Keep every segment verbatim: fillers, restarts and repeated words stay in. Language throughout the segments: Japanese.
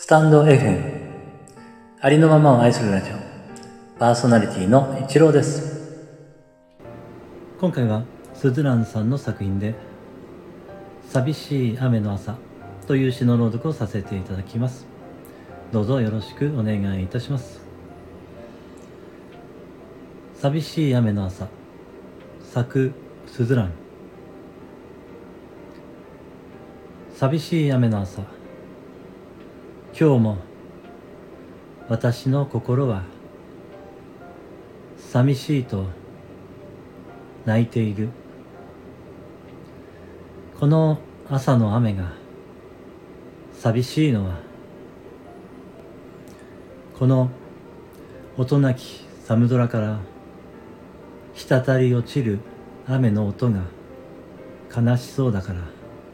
タンド エフエム ありのままを愛するラジオ、パーソナリティの一郎です。今回はスズランさんの作品で寂しい雨の朝という詩の朗読をさせていただきます。どうぞよろしくお願いいたします。寂しい雨の朝、作スズラン。寂しい雨の朝、今日も私の心は寂しいと泣いている。この朝の雨が寂しいのは、この音なき寒空から滴り落ちる雨の音が悲しそうだから。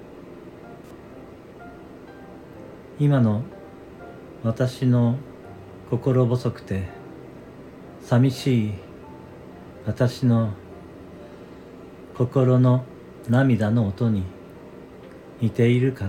今の私の心細くて寂しい私の心の涙の音に似ているから。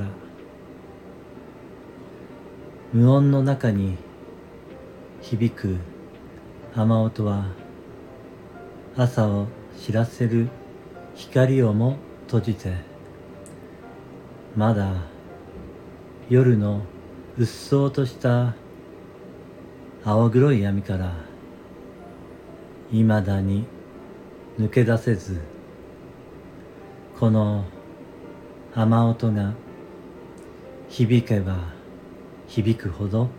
無音の中に響く雨音は朝を知らせる光をも閉じて、まだ夜のうっそうとした青黒い闇からいまだに抜け出せず、この雨音が響けば響くほど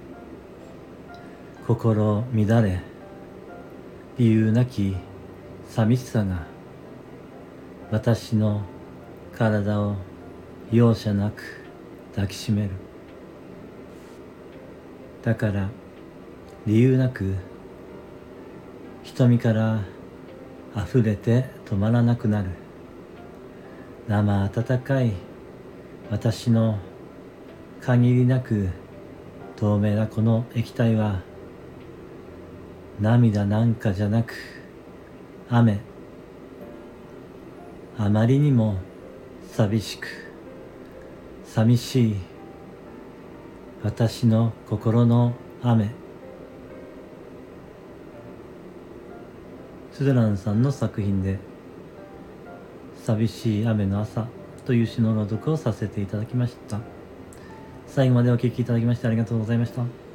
心乱れ、理由なき寂しさが私の体を容赦なく抱きしめる。だから理由なく瞳から溢れて止まらなくなる生温かい私の限りなく透明なこの液体は、涙なんかじゃなく雨。あまりにも寂しく寂しい私の心の雨。スズランさんの作品で寂しい雨の朝という詩の朗読をさせていただきました。最後までお聞きいただきましてありがとうございました。